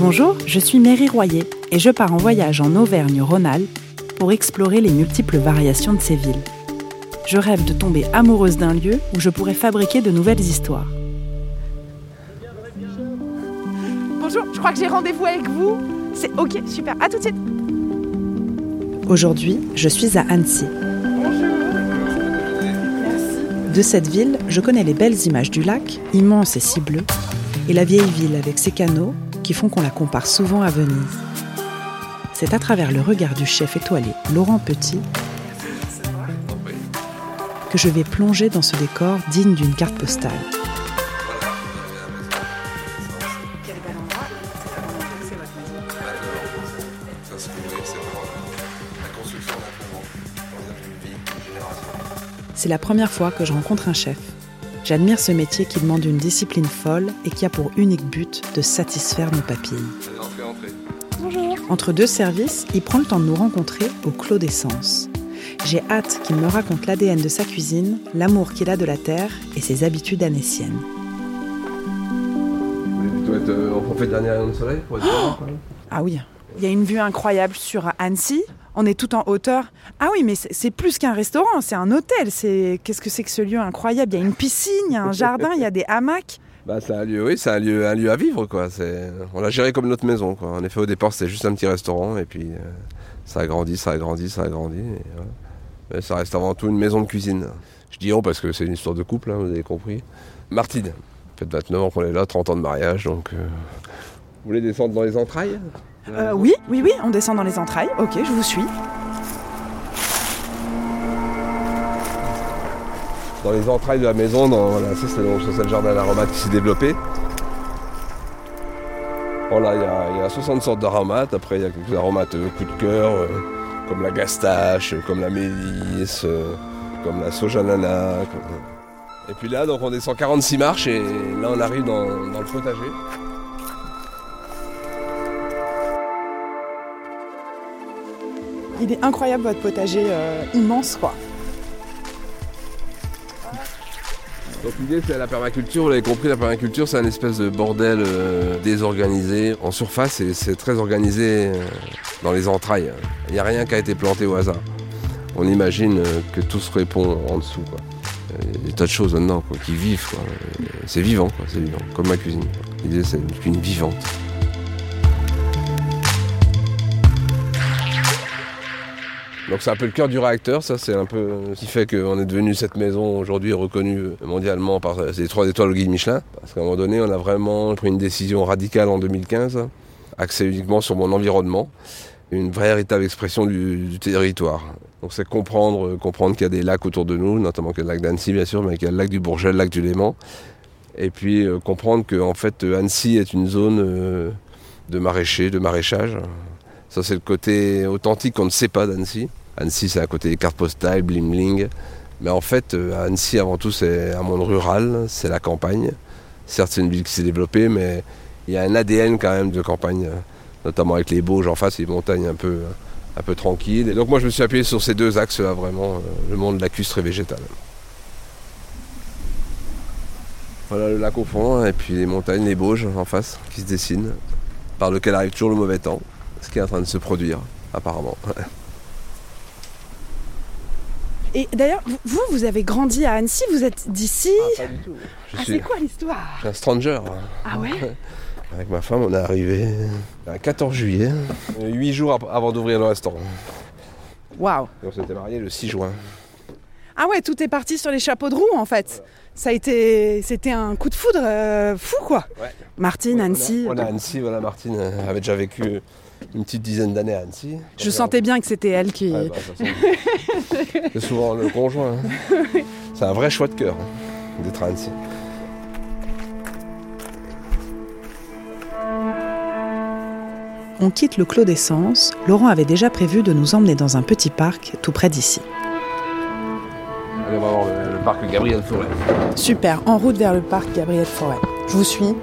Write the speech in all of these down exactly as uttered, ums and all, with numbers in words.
Bonjour, je suis Mary Royer et je pars en voyage en Auvergne-Rhône-Alpes pour explorer les multiples variations de ces villes. Je rêve de tomber amoureuse d'un lieu où je pourrais fabriquer de nouvelles histoires. Bonjour, je crois que j'ai rendez-vous avec vous. C'est ok, super, à tout de suite. Aujourd'hui, je suis à Annecy. Bonjour. Merci. De cette ville, je connais les belles images du lac, immense et si bleu, et la vieille ville avec ses canaux qui font qu'on la compare souvent à Venise. C'est à travers le regard du chef étoilé Laurent Petit que je vais plonger dans ce décor digne d'une carte postale. C'est la première fois que je rencontre un chef. J'admire ce métier qui demande une discipline folle et qui a pour unique but de satisfaire nos papilles. Bonjour. Entre deux services, il prend le temps de nous rencontrer au Clos d'Essence. J'ai hâte qu'il me raconte l'A D N de sa cuisine, l'amour qu'il a de la terre et ses habitudes annéciennes. Tu dois être en profite dernier rayon de soleil pour être oh bien, Ah oui, il y a une vue incroyable sur Annecy. On est tout en hauteur. Ah oui, mais c'est, c'est plus qu'un restaurant, c'est un hôtel. C'est... Qu'est-ce que c'est que ce lieu incroyable ? Il y a une piscine, il y a un jardin, il y a des hamacs. Bah, c'est un lieu, oui, c'est un lieu, un lieu à vivre, quoi. C'est... On l'a géré comme notre maison, quoi. En effet, au départ, c'était juste un petit restaurant, et puis euh, ça a grandi, ça a grandi, ça a grandi. Et, ouais. Mais ça reste avant tout une maison de cuisine. Je dis on parce que c'est une histoire de couple, hein, vous avez compris. Martine, ça fait vingt-neuf ans qu'on est là, trente ans de mariage, donc... Euh... Vous voulez descendre dans les entrailles ? Euh, oui, oui, oui, on descend dans les entrailles. Ok, je vous suis. Dans les entrailles de la maison, dans, voilà, ça c'est, donc, ça c'est le jardin d'aromate qui s'est développé. Voilà, il y a, y a soixante sortes d'aromates. Après, il y a quelques aromates euh, coup de cœur, euh, comme la gastache, comme la mélisse, euh, comme la sauge ananas. Comme... Et puis là, donc, on descend quarante-six marches et là, on arrive dans, dans le potager. Il est incroyable votre potager, euh, immense quoi. Donc l'idée c'est la permaculture, vous l'avez compris, la permaculture c'est un espèce de bordel euh, désorganisé en surface et c'est très organisé euh, dans les entrailles. Il n'y a rien qui a été planté au hasard. On imagine euh, que tout se répond en dessous, quoi. Il y a des tas de choses là-dedans quoi, qui vivent, quoi. C'est vivant, quoi, c'est vivant, comme ma cuisine. L'idée c'est une cuisine vivante. Donc c'est un peu le cœur du réacteur, ça c'est un peu ce qui fait qu'on est devenu cette maison aujourd'hui reconnue mondialement par les trois étoiles au guide Michelin. Parce qu'à un moment donné, on a vraiment pris une décision radicale en deux mille quinze, axée uniquement sur mon environnement, une véritable expression du, du territoire. Donc c'est comprendre, comprendre qu'il y a des lacs autour de nous, notamment qu'il y a le lac d'Annecy bien sûr, mais qu'il y a le lac du Bourget, le lac du Léman. Et puis euh, comprendre que en fait, Annecy est une zone euh, de maraîchers, de maraîchage. Ça c'est le côté authentique qu'on ne sait pas d'Annecy. Annecy, c'est un côté carte postale, bling bling. Mais en fait, Annecy, avant tout, c'est un monde rural, c'est la campagne. Certes, c'est une ville qui s'est développée, mais il y a un A D N quand même de campagne, notamment avec les Bauges en face, les montagnes un peu, un peu tranquilles. Et donc moi, je me suis appuyé sur ces deux axes-là, vraiment, le monde lacustre et végétal. Voilà le lac au fond, et puis les montagnes, les Bauges en face, qui se dessinent, par lequel arrive toujours le mauvais temps, ce qui est en train de se produire, apparemment. Et d'ailleurs, vous, vous avez grandi à Annecy, vous êtes d'ici ? Ah, pas du tout. Je ah, suis... c'est quoi l'histoire ? Je suis un stranger. Ah ouais ? Avec ma femme, on est arrivé le quatorze juillet, huit jours avant d'ouvrir le restaurant. Waouh ! Et on s'était mariés le six juin. Ah ouais, tout est parti sur les chapeaux de roue en fait. Voilà. Ça a été, c'était un coup de foudre euh, fou quoi. Ouais. Martine, ouais, Annecy. On a, on a Annecy, voilà, Martine avait déjà vécu une petite dizaine d'années à Annecy. Je Donc, sentais bien que c'était elle qui... Ouais, bah, c'est, c'est souvent le conjoint. Hein. C'est un vrai choix de cœur hein, d'être à Annecy. On quitte le Clos d'Essence. Laurent avait déjà prévu de nous emmener dans un petit parc tout près d'ici. Allez, on va voir le, le parc Gabriel Fauré. Super, en route vers le parc Gabriel Fauré. Je vous suis.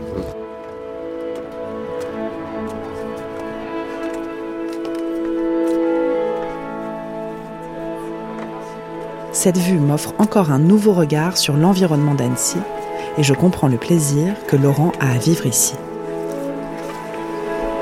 Cette vue m'offre encore un nouveau regard sur l'environnement d'Annecy et je comprends le plaisir que Laurent a à vivre ici.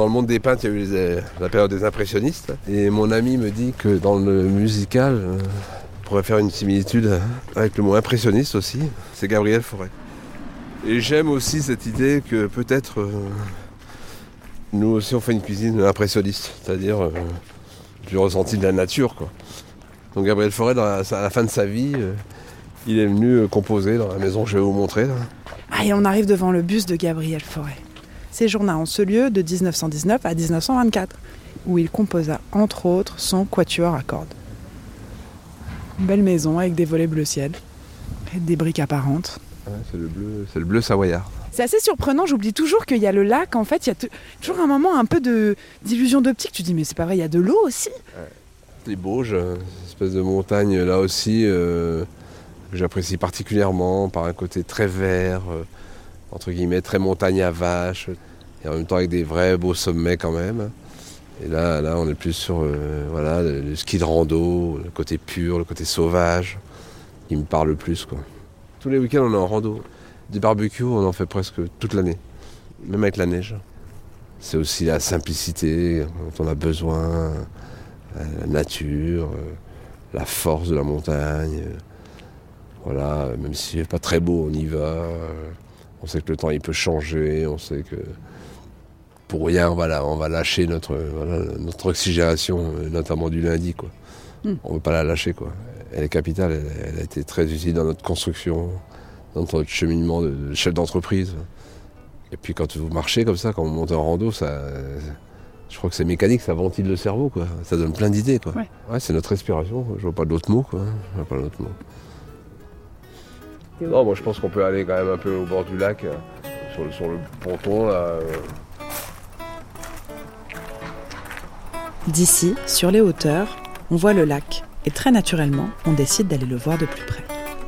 dans le monde des peintres, il y a eu les, la période des impressionnistes. Et mon ami me dit que dans le musical, euh, on pourrait faire une similitude avec le mot impressionniste aussi. C'est Gabriel Fauré. Et j'aime aussi cette idée que peut-être euh, nous aussi on fait une cuisine impressionniste, c'est-à-dire euh, du ressenti de la nature, quoi. Donc Gabriel Fauré, dans la, à la fin de sa vie, euh, il est venu composer dans la maison que je vais vous montrer. Là. Ah, et on arrive devant le buste de Gabriel Fauré. Séjourna en ce lieu de dix-neuf cent dix-neuf à dix-neuf cent vingt-quatre, où il composa entre autres son quatuor à cordes. Une belle maison avec des volets bleu ciel et des briques apparentes. Ouais, c'est le bleu, c'est le bleu savoyard. C'est assez surprenant, j'oublie toujours qu'il y a le lac, en fait, il y a t- toujours un moment un peu de, d'illusion d'optique. Tu te dis, mais c'est pas vrai, il y a de l'eau aussi. Ouais. Les Bauges, une espèce de montagne là aussi, euh, que j'apprécie particulièrement par un côté très vert, euh, entre guillemets, très montagne à vache, et en même temps avec des vrais beaux sommets quand même. Et là, là on est plus sur euh, voilà, le, le ski de rando, le côté pur, le côté sauvage, qui me parle le plus, quoi. Tous les week-ends, on est en rando. Des barbecues, on en fait presque toute l'année, même avec la neige. C'est aussi la simplicité dont on a besoin, la nature, la force de la montagne. Voilà, même s'il n'est pas très beau, on y va. On sait que le temps il peut changer, on sait que pour rien, voilà, on va lâcher notre, voilà, notre oxygénation, notamment du lundi, quoi. Mm. On ne veut pas la lâcher, quoi. Elle est capitale, elle, elle a été très utile dans notre construction, dans notre cheminement de, de chef d'entreprise. Et puis quand vous marchez comme ça, quand vous montez en rando, ça, je crois que c'est mécanique, ça ventile le cerveau, quoi. Ça donne plein d'idées, quoi. Ouais. Ouais, c'est notre respiration, je vois pas d'autres mots, quoi. Je vois pas d'autres mots. Non, moi je pense qu'on peut aller quand même un peu au bord du lac, euh, sur, le, sur le ponton, là. Euh... D'ici, sur les hauteurs, on voit le lac. Et très naturellement, on décide d'aller le voir de plus près.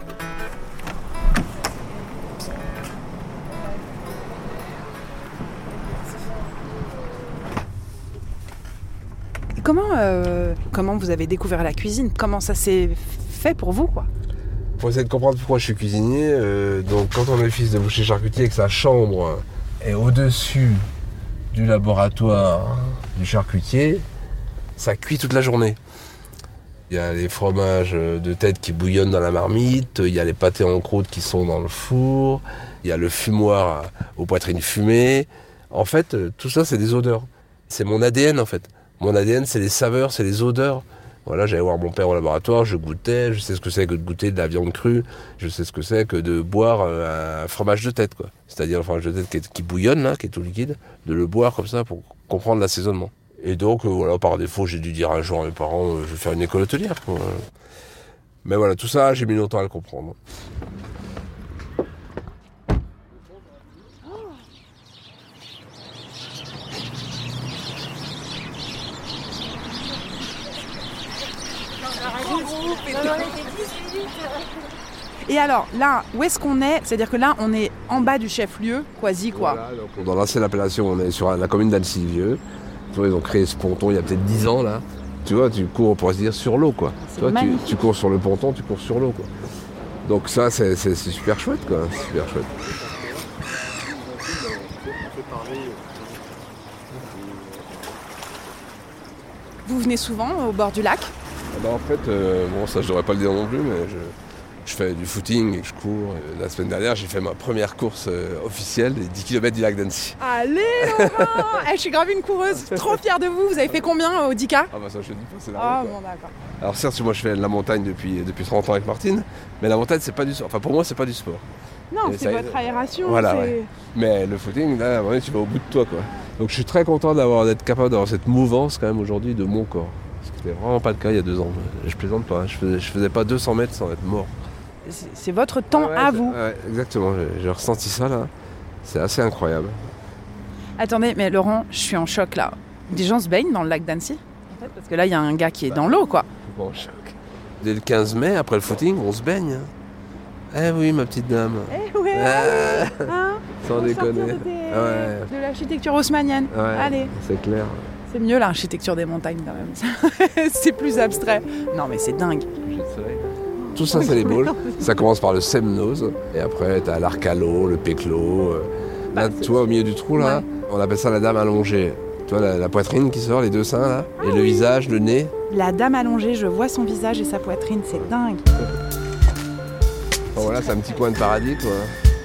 Comment, euh, comment vous avez découvert la cuisine ? Comment ça s'est fait pour vous, quoi ? Pour essayer de comprendre pourquoi je suis cuisinier, euh, donc quand on est fils de boucher charcutier et que sa chambre est au-dessus du laboratoire du charcutier, ça cuit toute la journée. Il y a les fromages de tête qui bouillonnent dans la marmite, il y a les pâtés en croûte qui sont dans le four, il y a le fumoir aux poitrines fumées. En fait, tout ça, c'est des odeurs. C'est mon A D N, en fait. Mon A D N, c'est les saveurs, c'est les odeurs. Voilà, j'allais voir mon père au laboratoire, je goûtais, je sais ce que c'est que de goûter de la viande crue, je sais ce que c'est que de boire un fromage de tête, quoi. C'est-à-dire le fromage de tête qui, est, qui bouillonne, là, qui est tout liquide, de le boire comme ça pour comprendre l'assaisonnement. Et donc, euh, voilà, par défaut, j'ai dû dire un jour à mes parents, euh, je vais faire une école hôtelière, quoi. Mais voilà, tout ça, j'ai mis longtemps à le comprendre. Et alors, là, où est-ce qu'on est ? C'est-à-dire que là, on est en bas du chef-lieu, quasi, quoi. Voilà, donc dans l'ancienne appellation, on est sur la commune d'Annecy-le-Vieux. Tu vois, ils ont créé ce ponton il y a peut-être dix ans, là. Tu vois, tu cours, on pourrait se dire, sur l'eau, quoi. Tu vois, tu, tu cours sur le ponton, tu cours sur l'eau, quoi. Donc ça, c'est, c'est, c'est super chouette, quoi. C'est super chouette. Vous venez souvent au bord du lac ? Ben, en fait, euh, bon, ça, je devrais pas le dire non plus, mais je... Je fais du footing et je cours. La semaine dernière, j'ai fait ma première course euh, officielle des dix kilomètres du lac d'Annecy. Allez, Laurent. eh, Je suis grave une coureuse, trop fière de vous. Vous avez fait combien au dix K ? Ah bah ça, je te dis pas, c'est la Ah route, bon, d'accord. Alors certes, moi je fais de la montagne depuis, depuis trente ans avec Martine, mais la montagne, c'est pas du sport. Enfin, pour moi, c'est pas du sport. Non, et c'est ça, votre aération. Voilà, c'est... ouais. Mais le footing, là, à un moment donné, tu vas au bout de toi, quoi. Donc je suis très content d'avoir, d'être capable d'avoir cette mouvance, quand même, aujourd'hui, de mon corps. Ce qui n'était vraiment pas le cas il y a deux ans. Je plaisante pas, hein. je, faisais, je faisais pas deux cents mètres sans être mort. C'est votre temps ouais, à vous. Ouais, exactement, j'ai, j'ai ressenti ça là. C'est assez incroyable. Attendez, mais Laurent, je suis en choc là. Des gens se baignent dans le lac d'Annecy en fait, parce que là, il y a un gars qui est bah, dans l'eau, quoi. Bon, choc. Dès le quinze mai, après le footing, on se baigne. Eh oui, ma petite dame. Eh ouais, ah, hein, sans déconner. De, tes... ouais. de l'architecture haussmannienne. Ouais, allez. C'est clair. C'est mieux l'architecture des montagnes quand même. C'est plus abstrait. Non, mais c'est dingue. Tout ça, c'est les boules. Ça commence par le Semnose. Et après, t'as l'arcalo, le péclo. Là, bah, tu vois, au milieu du trou, là, ouais. On appelle ça la dame allongée. Tu Tu vois la, la poitrine qui sort, les deux seins là, ah, et le oui. visage, le nez. La dame allongée, je vois son visage et sa poitrine, c'est dingue. Bon, voilà, c'est un petit coin de paradis quoi.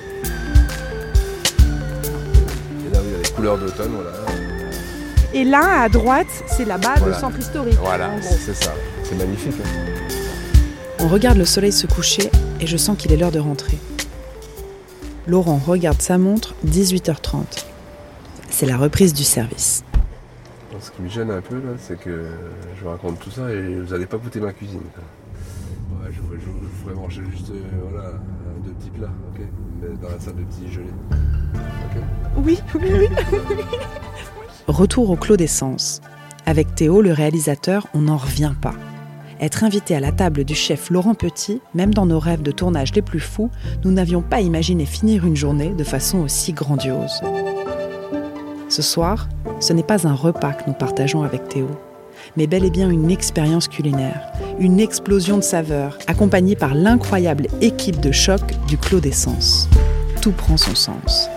Et là, il y a les couleurs d'automne, voilà. Et là, à droite, c'est là-bas voilà. le centre historique. Voilà, c'est ça. C'est magnifique. Hein. On regarde le soleil se coucher et je sens qu'il est l'heure de rentrer. Laurent regarde sa montre, dix-huit heures trente. C'est la reprise du service. Ce qui me gêne un peu, là, c'est que je vous raconte tout ça et vous n'allez pas goûter ma cuisine. Ouais, je, je, je vous ferai manger juste euh, voilà, deux petits plats, ok, mais dans la salle de petit déjeuner. Okay. Oui, oui, oui. Retour au Clos d'Essence. Avec Théo, le réalisateur, on n'en revient pas. Être invité à la table du chef Laurent Petit, même dans nos rêves de tournage les plus fous, nous n'avions pas imaginé finir une journée de façon aussi grandiose. Ce soir, ce n'est pas un repas que nous partageons avec Théo, mais bel et bien une expérience culinaire, une explosion de saveurs, accompagnée par l'incroyable équipe de choc du Clos d'Essence. Tout prend son sens.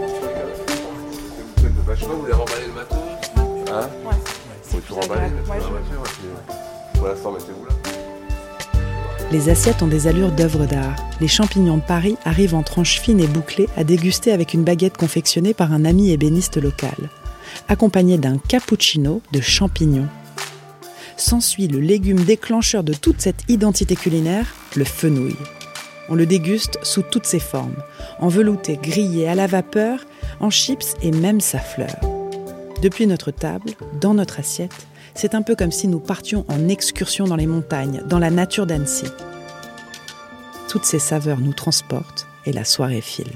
Vous voulez remballer le matos hein ouais. Faut tout remballer, mettre ouais, dans la voiture. Puis, pour l'instant, mettez-vous là. Les assiettes ont des allures d'œuvres d'art. Les champignons de Paris arrivent en tranches fines et bouclées à déguster avec une baguette confectionnée par un ami ébéniste local, accompagné d'un cappuccino de champignons. S'ensuit le légume déclencheur de toute cette identité culinaire, le fenouil. On le déguste sous toutes ses formes, en velouté, grillé, à la vapeur, en chips et même sa fleur. Depuis notre table, dans notre assiette, c'est un peu comme si nous partions en excursion dans les montagnes, dans la nature d'Annecy. Toutes ces saveurs nous transportent et la soirée file.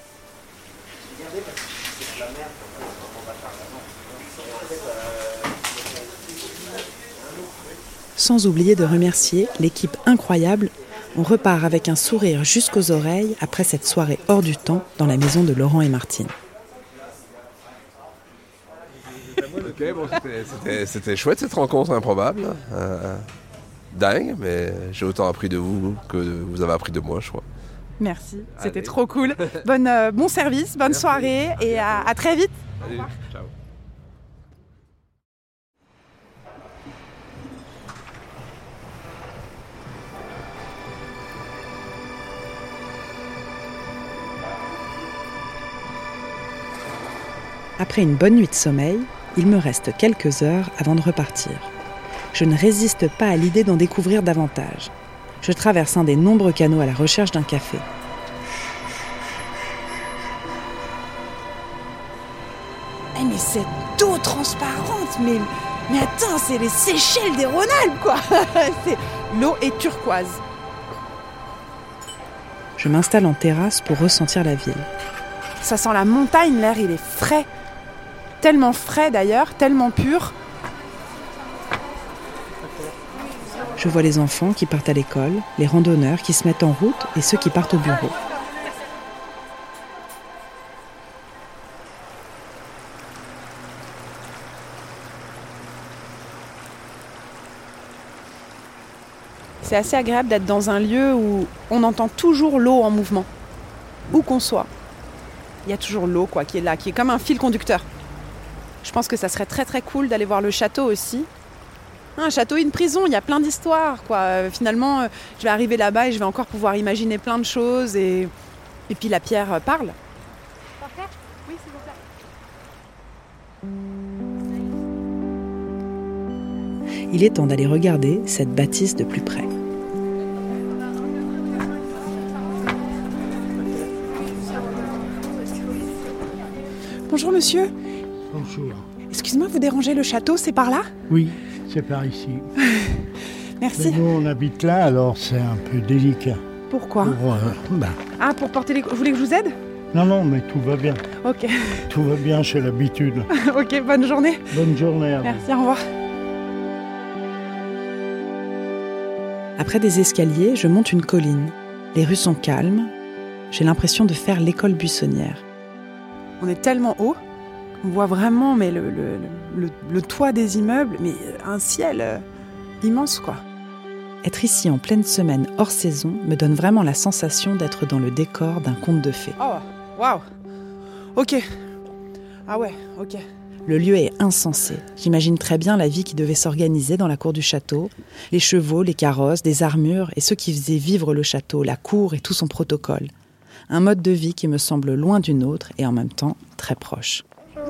Sans oublier de remercier l'équipe incroyable. On repart avec un sourire jusqu'aux oreilles après cette soirée hors du temps dans la maison de Laurent et Martine. Ok, bon, c'était, c'était, c'était chouette cette rencontre improbable. Euh, dingue, mais j'ai autant appris de vous que vous avez appris de moi, je crois. Merci, c'était Allez. Trop cool. Bonne, euh, bon service, bonne Merci. Soirée et à, à très vite. Salut, ciao. Après une bonne nuit de sommeil, il me reste quelques heures avant de repartir. Je ne résiste pas à l'idée d'en découvrir davantage. Je traverse un des nombreux canaux à la recherche d'un café. Hey, mais cette eau transparente, mais, mais attends, c'est les Seychelles des Rhône-Alpes, quoi. c'est, l'eau est turquoise. Je m'installe en terrasse pour ressentir la ville. Ça sent la montagne, l'air il est frais. Tellement frais d'ailleurs, tellement pur. Je vois les enfants qui partent à l'école, les randonneurs qui se mettent en route et ceux qui partent au bureau. C'est assez agréable d'être dans un lieu où on entend toujours l'eau en mouvement, où qu'on soit. Il y a toujours l'eau quoi, qui est là, qui est comme un fil conducteur. Je pense que ça serait très très cool d'aller voir le château aussi. Un château, une prison, il y a plein d'histoires, quoi. Euh, finalement, euh, je vais arriver là-bas et je vais encore pouvoir imaginer plein de choses. Et, et puis la pierre euh, parle. Parfait. Oui, s'il vous plaît. Il est temps d'aller regarder cette bâtisse de plus près. Bonjour monsieur. Bonjour. Excuse-moi, vous dérangez le château, c'est par là ? Oui, c'est par ici. Merci. Mais nous, on habite là, alors c'est un peu délicat. Pourquoi ? Pour, euh, bah. Ah, pour porter les... Vous voulez que je vous aide ? Non, non, mais tout va bien. Ok. Tout va bien, j'ai l'habitude. Ok, bonne journée. Bonne journée à vous. Merci, au revoir. Après des escaliers, je monte une colline. Les rues sont calmes. J'ai l'impression de faire l'école buissonnière. On est tellement haut, on voit vraiment mais le, le, le, le toit des immeubles, mais un ciel euh, immense, quoi. Être ici en pleine semaine hors saison me donne vraiment la sensation d'être dans le décor d'un conte de fées. Oh, waouh. Ok. Ah ouais, ok. Le lieu est insensé. J'imagine très bien la vie qui devait s'organiser dans la cour du château. Les chevaux, les carrosses, des armures et ceux qui faisaient vivre le château, la cour et tout son protocole. Un mode de vie qui me semble loin du nôtre et en même temps très proche.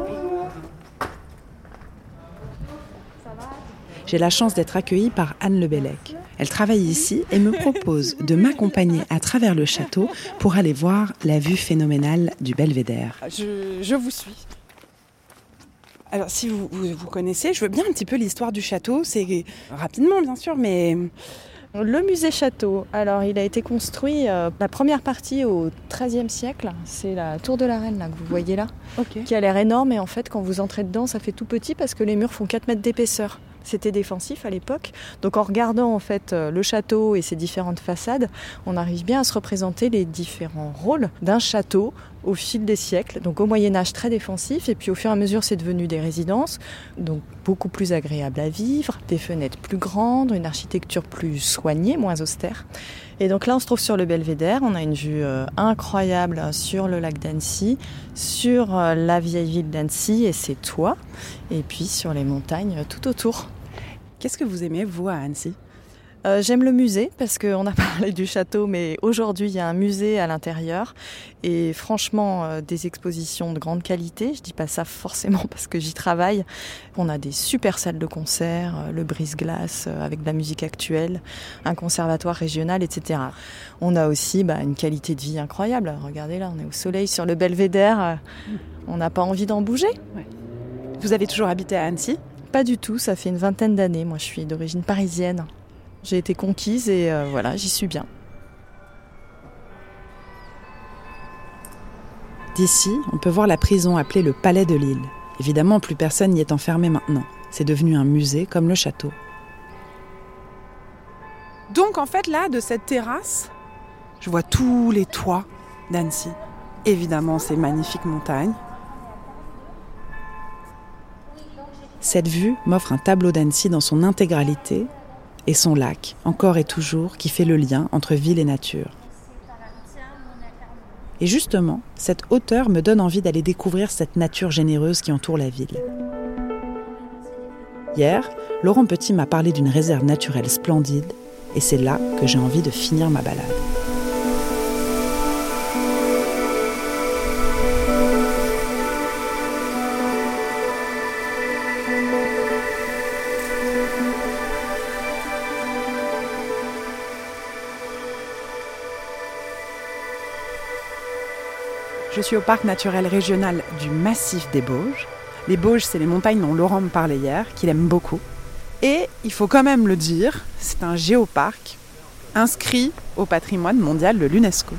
J'ai la chance d'être accueillie par Anne Lebellec. Elle travaille ici et me propose de m'accompagner à travers le château pour aller voir la vue phénoménale du belvédère. Je, je vous suis. Alors si vous, vous, vous connaissez, je veux bien un petit peu l'histoire du château. C'est rapidement bien sûr, mais... Le musée château, alors il a été construit, euh, la première partie au treizième siècle, c'est la tour de la reine là, que vous voyez là, okay. Qui a l'air énorme et en fait quand vous entrez dedans ça fait tout petit parce que les murs font quatre mètres d'épaisseur. C'était défensif à l'époque, donc en regardant en fait le château et ses différentes façades, on arrive bien à se représenter les différents rôles d'un château au fil des siècles. Donc au Moyen-Âge très défensif et puis au fur et à mesure c'est devenu des résidences, donc beaucoup plus agréables à vivre, des fenêtres plus grandes, une architecture plus soignée, moins austère. Et donc là on se trouve sur le belvédère, on a une vue euh, incroyable sur le lac d'Annecy, sur euh, la vieille ville d'Annecy et ses toits, et puis sur les montagnes euh, tout autour. Qu'est-ce que vous aimez vous à Annecy ? Euh, j'aime le musée parce qu'on a parlé du château, mais aujourd'hui il y a un musée à l'intérieur et franchement euh, des expositions de grande qualité. Je dis pas ça forcément parce que j'y travaille. On a des super salles de concert, euh, le brise-glace euh, avec de la musique actuelle, un conservatoire régional, et cetera. On a aussi bah, une qualité de vie incroyable. Regardez là, on est au soleil sur le belvédère, euh, on n'a pas envie d'en bouger. Ouais. Vous avez toujours habité à Annecy ? Pas du tout, ça fait une vingtaine d'années. Moi je suis d'origine parisienne. J'ai été conquise et euh, voilà, j'y suis bien. D'ici, on peut voir la prison appelée le Palais de Lille. Évidemment, plus personne n'y est enfermé maintenant. C'est devenu un musée comme le château. Donc en fait là, de cette terrasse, je vois tous les toits d'Annecy. Évidemment, ces magnifiques montagnes. Cette vue m'offre un tableau d'Annecy dans son intégralité et son lac, encore et toujours, qui fait le lien entre ville et nature. Et justement, cette hauteur me donne envie d'aller découvrir cette nature généreuse qui entoure la ville. Hier, Laurent Petit m'a parlé d'une réserve naturelle splendide et c'est là que j'ai envie de finir ma balade. Je suis au parc naturel régional du Massif des Bauges. Les Bauges, c'est les montagnes dont Laurent me parlait hier, qu'il aime beaucoup. Et il faut quand même le dire, c'est un géoparc inscrit au patrimoine mondial de l'UNESCO.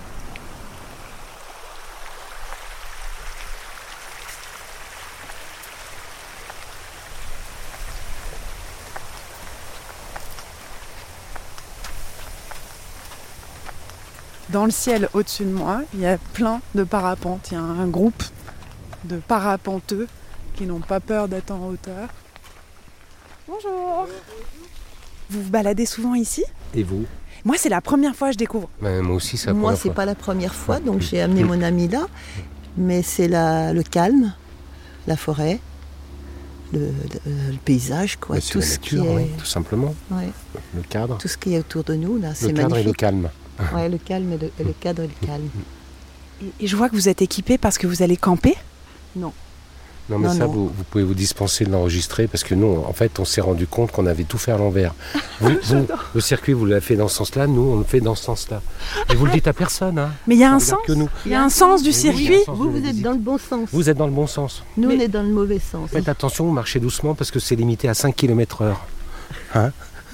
Dans le ciel au-dessus de moi, il y a plein de parapentes. Il y a un groupe de parapenteux qui n'ont pas peur d'être en hauteur. Bonjour. Vous vous baladez souvent ici ? Et vous ? Moi, c'est la première fois que je découvre. Ben, moi aussi, c'est la Moi, première c'est fois. pas la première fois, donc j'ai amené mon ami là. Mais c'est la, le calme, la forêt, le, le, le paysage, quoi. Mais c'est tout la ce nature, qui est, oui, tout simplement. ouais, Le cadre. tout ce qui est autour de nous, là, Le c'est cadre magnifique. et le calme. Ouais, le calme et le, et le cadre et le calme. Et je vois que vous êtes équipé parce que vous allez camper ? Non. Non, mais Non, ça, non. Vous, vous pouvez vous dispenser de l'enregistrer parce que nous, en fait, on s'est rendu compte qu'on avait tout fait à l'envers. Vous, vous, le circuit, vous l'avez fait dans ce sens-là, nous, on le fait dans ce sens-là. Et vous le dites à personne, hein. Mais il y a On un regarde sens que nous. Il y a un sens du Mais oui, il y a un circuit ? sens Vous, de vous la êtes visite. dans le bon sens. Vous êtes dans le bon sens. Nous, Mais- on est dans le mauvais sens. Faites attention, vous marchez doucement parce que c'est limité à cinq kilomètres heure. Hein ?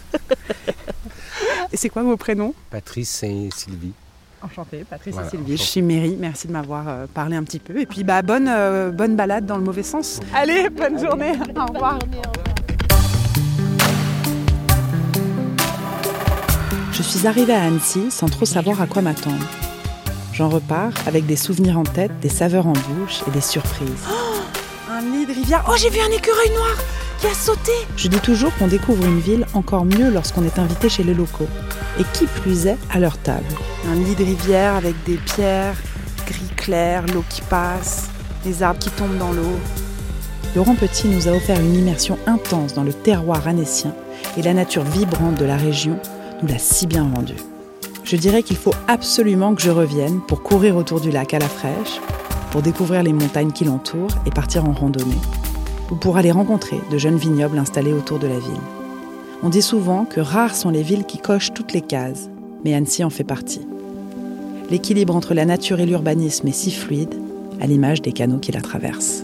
Et c'est quoi vos prénoms ? Patrice et Sylvie. Enchantée, Patrice Voilà, et Sylvie. Je enchantée. suis Mary, merci de m'avoir euh, parlé un petit peu. Et puis bah, bonne, euh, bonne balade dans le mauvais sens. Allez, bonne journée. Au revoir. Je suis arrivée à Annecy sans trop savoir à quoi m'attendre. J'en repars avec des souvenirs en tête, des saveurs en bouche et des surprises. Un nid de rivière. Oh, j'ai vu un écureuil noir qui a sauté. Je dis toujours qu'on découvre une ville encore mieux lorsqu'on est invité chez les locaux. Et qui plus est, à leur table. Un lit de rivière avec des pierres, gris clair, l'eau qui passe, les arbres qui tombent dans l'eau. Laurent Petit nous a offert une immersion intense dans le terroir annécien et la nature vibrante de la région nous l'a si bien rendue. Je dirais qu'il faut absolument que je revienne pour courir autour du lac à la fraîche, pour découvrir les montagnes qui l'entourent et partir en randonnée, ou pour aller rencontrer de jeunes vignobles installés autour de la ville. On dit souvent que rares sont les villes qui cochent toutes les cases, mais Annecy en fait partie. L'équilibre entre la nature et l'urbanisme est si fluide, à l'image des canaux qui la traversent.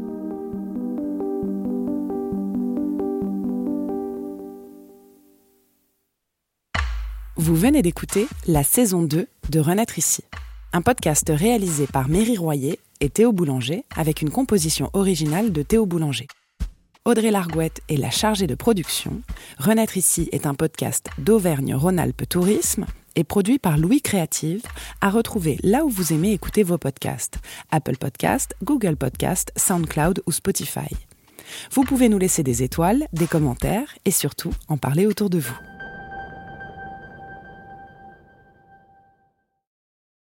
Vous venez d'écouter la saison deux de Renaître ici, un podcast réalisé par Méry Royer et Théo Boulanger avec une composition originale de Théo Boulanger. Audrey Largouette est la chargée de production. Renaître ici est un podcast d'Auvergne-Rhône-Alpes Tourisme et produit par Louis Créative, à retrouver là où vous aimez écouter vos podcasts, Apple Podcasts, Google Podcasts, SoundCloud ou Spotify. Vous pouvez nous laisser des étoiles, des commentaires et surtout en parler autour de vous.